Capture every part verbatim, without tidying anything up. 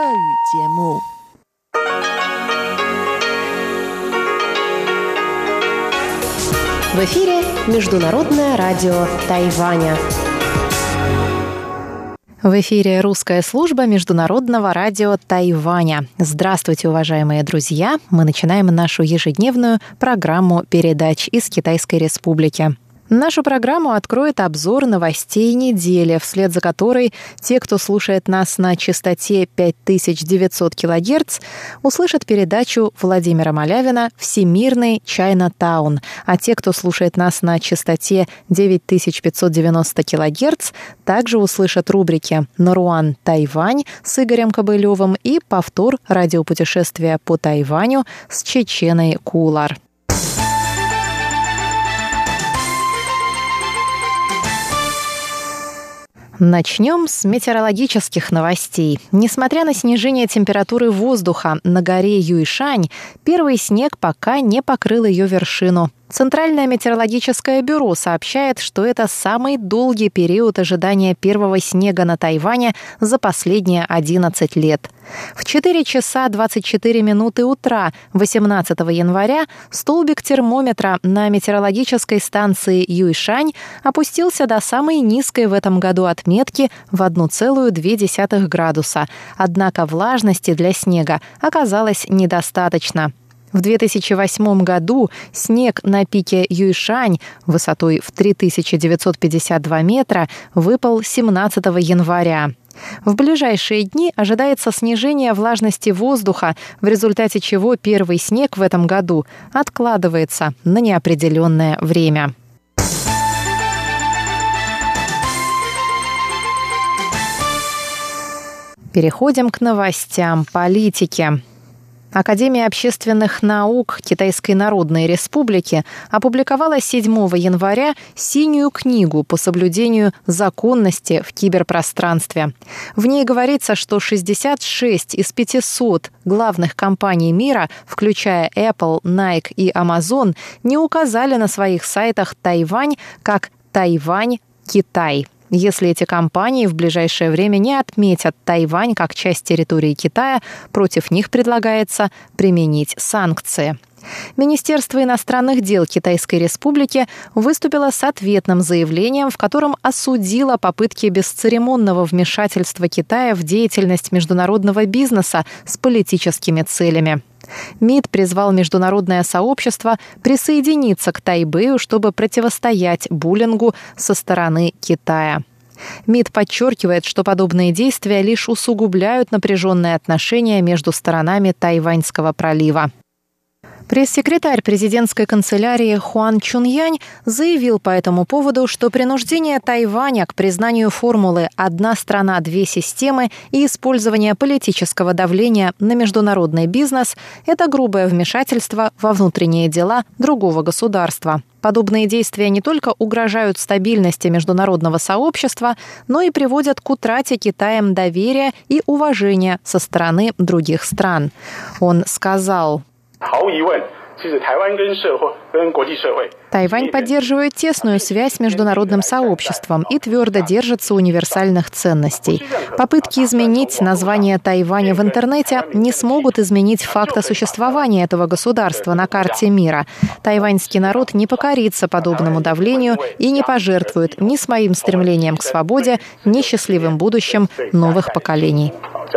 В эфире Международное радио Тайваня. В эфире русская служба Международного радио Тайваня. Здравствуйте, уважаемые друзья! Мы начинаем нашу ежедневную программу передач из Китайской Республики. Нашу программу откроет обзор новостей недели, вслед за которой те, кто слушает нас на частоте пять тысяч девятьсот килогерц, услышат передачу Владимира Малявина «Всемирный Чайна-таун», а те, кто слушает нас на частоте девять тысяч пятьсот девяносто килогерц, также услышат рубрики «Наруан Тайвань» с Игорем Кобылевым и повтор радиопутешествия по Тайваню с Чеченой Кулар. Начнем с метеорологических новостей. Несмотря на снижение температуры воздуха на горе Юйшань, первый снег пока не покрыл ее вершину. Центральное метеорологическое бюро сообщает, что это самый долгий период ожидания первого снега на Тайване за последние одиннадцать лет. В четыре часа двадцать четыре минуты утра восемнадцатого января столбик термометра на метеорологической станции Юйшань опустился до самой низкой в этом году отметки в одна целая две десятых градуса. Однако влажности для снега оказалось недостаточно. В две тысячи восьмом году снег на пике Юйшань высотой в три тысячи девятьсот пятьдесят два метра выпал семнадцатого января. В ближайшие дни ожидается снижение влажности воздуха, в результате чего первый снег в этом году откладывается на неопределенное время. Переходим к новостям политики. Академия общественных наук Китайской Народной Республики опубликовала седьмого января «Синюю книгу по соблюдению законности в киберпространстве». В ней говорится, что шестьдесят шесть из пятисот главных компаний мира, включая Apple, Nike и Amazon, не указали на своих сайтах Тайвань как «Тайвань, Китай». Если эти компании в ближайшее время не отметят Тайвань как часть территории Китая, против них предлагается применить санкции. Министерство иностранных дел Китайской Республики выступило с ответным заявлением, в котором осудило попытки бесцеремонного вмешательства Китая в деятельность международного бизнеса с политическими целями. МИД призвал международное сообщество присоединиться к Тайбэю, чтобы противостоять буллингу со стороны Китая. МИД подчеркивает, что подобные действия лишь усугубляют напряженные отношения между сторонами Тайваньского пролива. Пресс-секретарь президентской канцелярии Хуан Чуньянь заявил по этому поводу, что принуждение Тайваня к признанию формулы «одна страна, две системы» и использование политического давления на международный бизнес – это грубое вмешательство во внутренние дела другого государства. Подобные действия не только угрожают стабильности международного сообщества, но и приводят к утрате Китаем доверия и уважения со стороны других стран. Он сказал: Тайвань поддерживает тесную связь с международным сообществом и твердо держится универсальных ценностей. Попытки изменить название Тайваня в интернете не смогут изменить факта существования этого государства на карте мира. Тайваньский народ не покорится подобному давлению и не пожертвует ни своим стремлением к свободе, ни счастливым будущим новых поколений.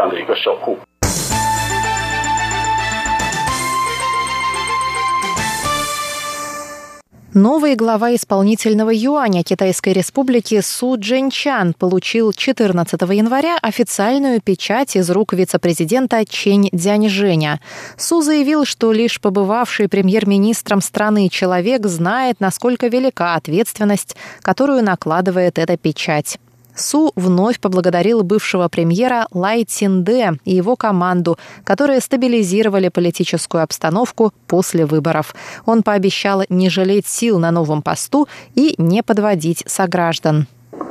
Новый глава исполнительного юаня Китайской Республики Су Чжэньчан получил четырнадцатого января официальную печать из рук вице-президента Чэнь Цзяньжэня. Су заявил, что лишь побывавший премьер-министром страны человек знает, насколько велика ответственность, которую накладывает эта печать. Су вновь поблагодарил бывшего премьера Лай Цзиньде и его команду, которые стабилизировали политическую обстановку после выборов. Он пообещал не жалеть сил на новом посту и не подводить сограждан.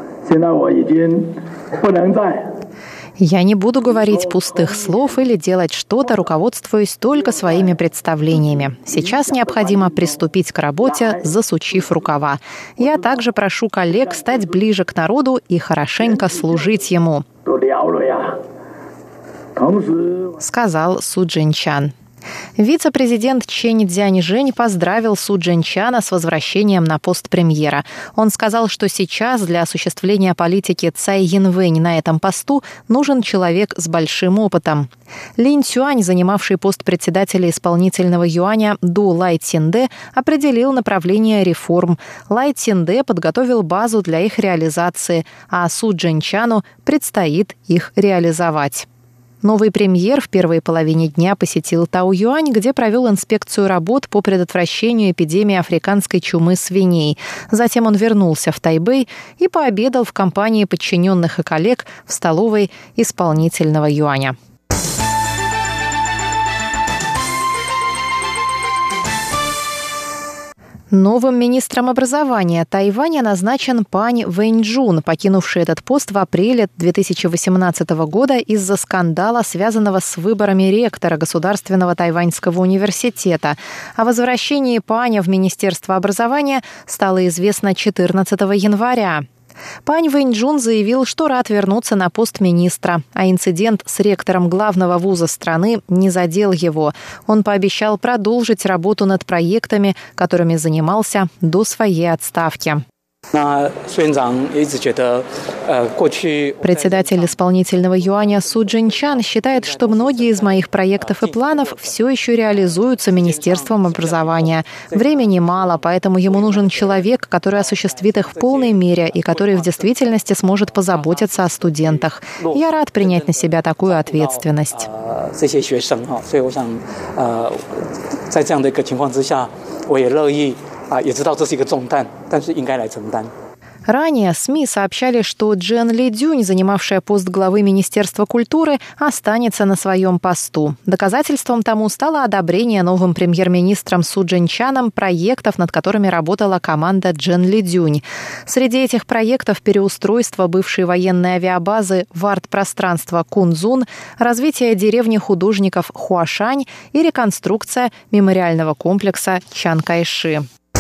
Я не буду говорить пустых слов или делать что-то, руководствуясь только своими представлениями. Сейчас необходимо приступить к работе, засучив рукава. Я также прошу коллег стать ближе к народу и хорошенько служить ему. сказал Су Чжэньчан. Вице-президент Чэнь Цзяньжэнь поздравил Су Чжэньчана с возвращением на пост премьера. Он сказал, что сейчас для осуществления политики Цай Янвэнь на этом посту нужен человек с большим опытом. Линь Цюань, занимавший пост председателя исполнительного юаня Ду Лай Цинде, определил направление реформ. Лай Цинде подготовил базу для их реализации, а Су Чжэньчану предстоит их реализовать. Новый премьер в первой половине дня посетил Таоюань, где провел инспекцию работ по предотвращению эпидемии африканской чумы свиней. Затем он вернулся в Тайбэй и пообедал в компании подчиненных и коллег в столовой исполнительного юаня. Новым министром образования Тайваня назначен Пань Вэньчжун, покинувший этот пост в апреле две тысячи восемнадцатого года из-за скандала, связанного с выборами ректора Государственного тайваньского университета. О возвращении Паня в Министерство образования стало известно четырнадцатого января. Пань Вэньчжун заявил, что рад вернуться на пост министра, а инцидент с ректором главного вуза страны не задел его. Он пообещал продолжить работу над проектами, которыми занимался до своей отставки. Председатель исполнительного юаня Су Чжэньчан считает, что многие из моих проектов и планов все еще реализуются Министерством образования. Времени мало, поэтому ему нужен человек, который осуществит их в полной мере и который в действительности сможет позаботиться о студентах. Я рад принять на себя такую ответственность. Ранее СМИ сообщали, что Джен Ли Дюнь, занимавшая пост главы Министерства культуры, останется на своем посту. Доказательством тому стало одобрение новым премьер-министром Су Чжэньчаном проектов, над которыми работала команда Джен Ли Дюнь. Среди этих проектов переустройство бывшей военной авиабазы в арт-пространство Кунцзун, развитие деревни художников Хуашань и реконструкция мемориального комплекса Чан Кайши.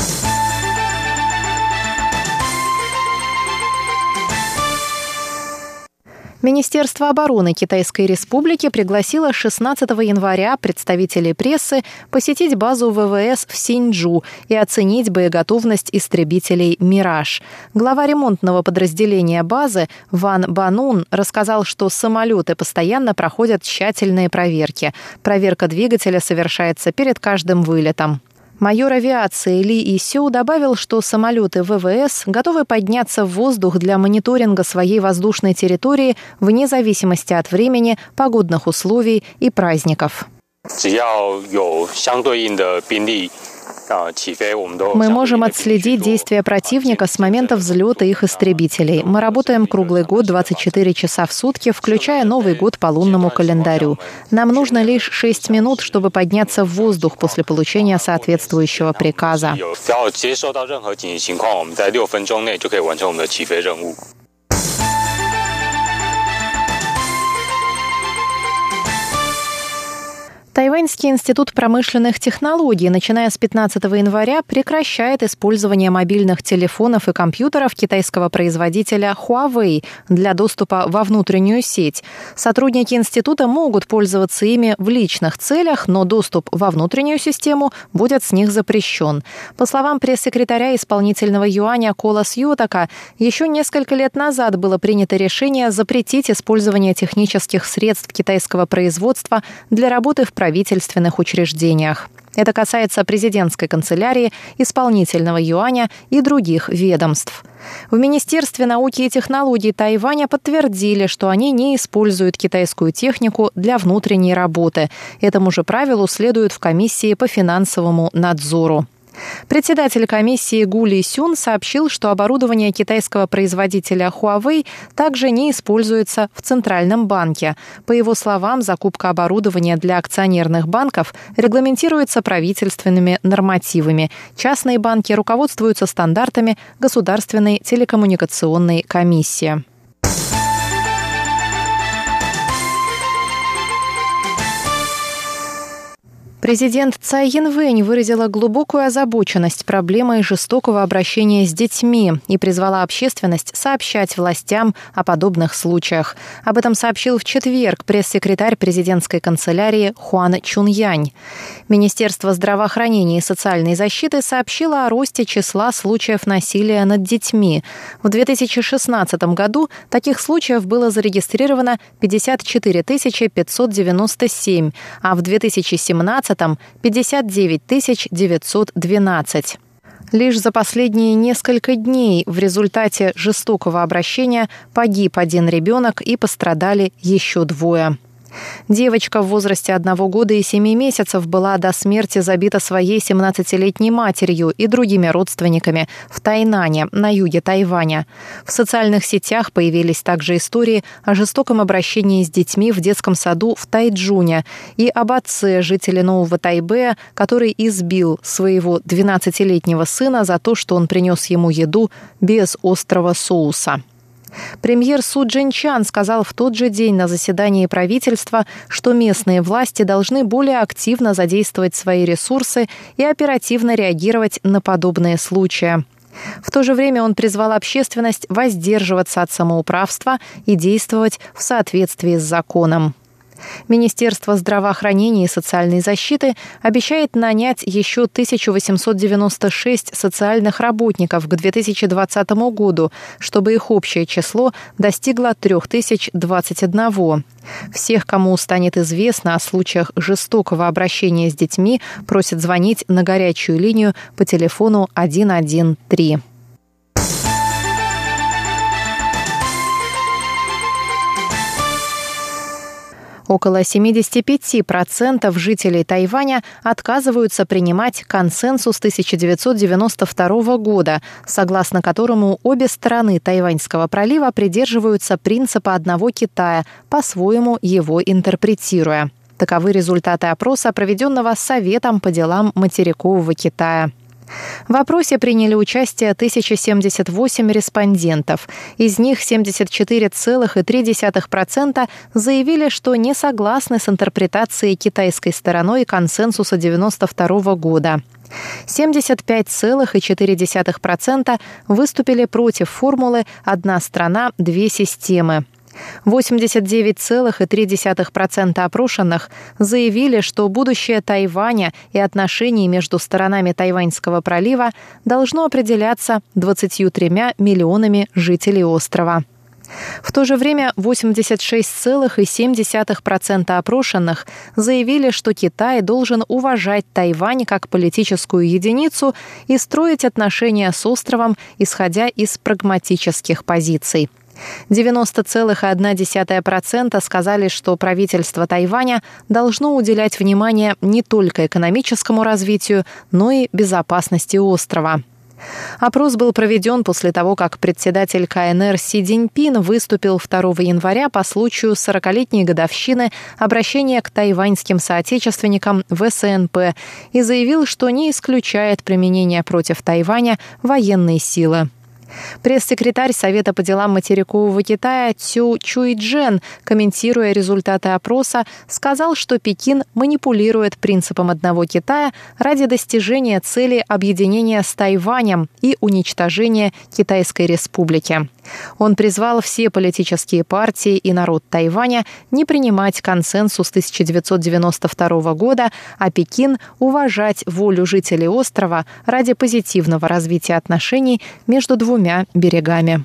Министерство обороны Китайской Республики пригласило шестнадцатого января представителей прессы посетить базу ВВС в Синьчжу и оценить боеготовность истребителей «Мираж». Глава ремонтного подразделения базы Ван Банун рассказал, что самолеты постоянно проходят тщательные проверки. Проверка двигателя совершается перед каждым вылетом. Майор авиации Ли Исю добавил, что самолеты ВВС готовы подняться в воздух для мониторинга своей воздушной территории вне зависимости от времени, погодных условий и праздников. Мы можем отследить действия противника с момента взлета их истребителей. Мы работаем круглый год, двадцать четыре часа в сутки, включая Новый год по лунному календарю. Нам нужно лишь шесть минут, чтобы подняться в воздух после получения соответствующего приказа. Тайваньский институт промышленных технологий, начиная с пятнадцатого января, прекращает использование мобильных телефонов и компьютеров китайского производителя Huawei для доступа во внутреннюю сеть. Сотрудники института могут пользоваться ими в личных целях, но доступ во внутреннюю систему будет с них запрещен. По словам пресс-секретаря исполнительного юаня Кола Сьютака, еще несколько лет назад было принято решение запретить использование технических средств китайского производства для работы в правительственных учреждениях. Это касается президентской канцелярии, исполнительного юаня и других ведомств. В Министерстве науки и технологий Тайваня подтвердили, что они не используют китайскую технику для внутренней работы. Этому же правилу следуют в комиссии по финансовому надзору. Председатель комиссии Гу Ли Сюн сообщил, что оборудование китайского производителя Huawei также не используется в Центральном банке. По его словам, закупка оборудования для акционерных банков регламентируется правительственными нормативами. Частные банки руководствуются стандартами Государственной телекоммуникационной комиссии. Президент Цай Янвэнь выразила глубокую озабоченность проблемой жестокого обращения с детьми и призвала общественность сообщать властям о подобных случаях. Об этом сообщил в четверг пресс-секретарь президентской канцелярии Хуан Чуньянь. Министерство здравоохранения и социальной защиты сообщило о росте числа случаев насилия над детьми. В две тысячи шестнадцатом году таких случаев было зарегистрировано пятьдесят четыре тысячи пятьсот девяносто семь, а в две тысячи семнадцатом – пятьдесят девять тысяч девятьсот двенадцать. Лишь за последние несколько дней в результате жестокого обращения погиб один ребенок и пострадали еще двое. Девочка в возрасте одного года и семи месяцев была до смерти забита своей семнадцатилетней матерью и другими родственниками в Тайнане, на юге Тайваня. В социальных сетях появились также истории о жестоком обращении с детьми в детском саду в Тайчжуне и об отце жителя Нового Тайбэя, который избил своего двенадцатилетнего сына за то, что он принес ему еду без острого соуса. Премьер Су Чжэньчан сказал в тот же день на заседании правительства, что местные власти должны более активно задействовать свои ресурсы и оперативно реагировать на подобные случаи. В то же время он призвал общественность воздерживаться от самоуправства и действовать в соответствии с законом. Министерство здравоохранения и социальной защиты обещает нанять еще тысячу восемьсот девяносто шесть социальных работников к две тысячи двадцатому году, чтобы их общее число достигло три тысячи двадцать один. Всех, кому станет известно о случаях жестокого обращения с детьми, просят звонить на горячую линию по телефону один один три. Около семьдесят пять процентов жителей Тайваня отказываются принимать консенсус тысяча девятьсот девяносто второго года, согласно которому обе стороны Тайваньского пролива придерживаются принципа одного Китая, по-своему его интерпретируя. Таковы результаты опроса, проведенного Советом по делам материкового Китая. В опросе приняли участие тысяча семьдесят восемь респондентов. Из них семьдесят четыре целых три десятых процента заявили, что не согласны с интерпретацией китайской стороной консенсуса девяносто второго года. семьдесят пять целых четыре десятых процента выступили против формулы «одна страна, две системы». восемьдесят девять целых три десятых процента опрошенных заявили, что будущее Тайваня и отношений между сторонами Тайваньского пролива должно определяться двадцатью тремя миллионами жителей острова. В то же время восемьдесят шесть целых семь десятых процента опрошенных заявили, что Китай должен уважать Тайвань как политическую единицу и строить отношения с островом, исходя из прагматических позиций. девяносто целых одна десятая процента сказали, что правительство Тайваня должно уделять внимание не только экономическому развитию, но и безопасности острова. Опрос был проведен после того, как председатель ка эн эр Си Цзиньпин выступил второго января по случаю сорокалетней годовщины обращения к тайваньским соотечественникам в эс эн пэ и заявил, что не исключает применение против Тайваня военной силы. Пресс-секретарь Совета по делам материкового Китая Цю Чуйчжэн, комментируя результаты опроса, сказал, что Пекин манипулирует принципом одного Китая ради достижения цели объединения с Тайванем и уничтожения Китайской Республики. Он призвал все политические партии и народ Тайваня не принимать консенсус тысяча девятьсот девяносто второго года, а Пекин уважать волю жителей острова ради позитивного развития отношений между двумя берегами.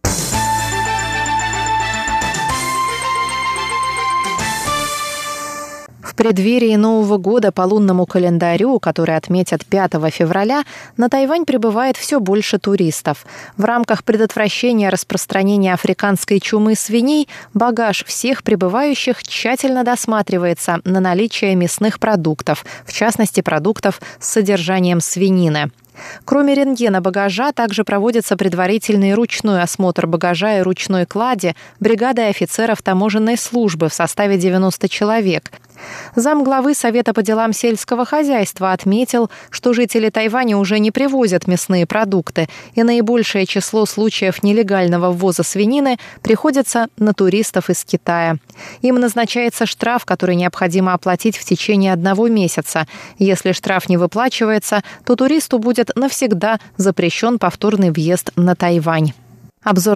В преддверии Нового года по лунному календарю, который отметят пятого февраля, на Тайвань прибывает все больше туристов. В рамках предотвращения распространения африканской чумы свиней багаж всех прибывающих тщательно досматривается на наличие мясных продуктов, в частности продуктов с содержанием свинины. Кроме рентгена багажа, также проводится предварительный ручной осмотр багажа и ручной клади бригадой офицеров таможенной службы в составе девяноста человек. Замглавы Совета по делам сельского хозяйства отметил, что жители Тайваня уже не привозят мясные продукты, и наибольшее число случаев нелегального ввоза свинины приходится на туристов из Китая. Им назначается штраф, который необходимо оплатить в течение одного месяца. Если штраф не выплачивается, то туристу будет навсегда запрещен повторный въезд на Тайвань. Обзор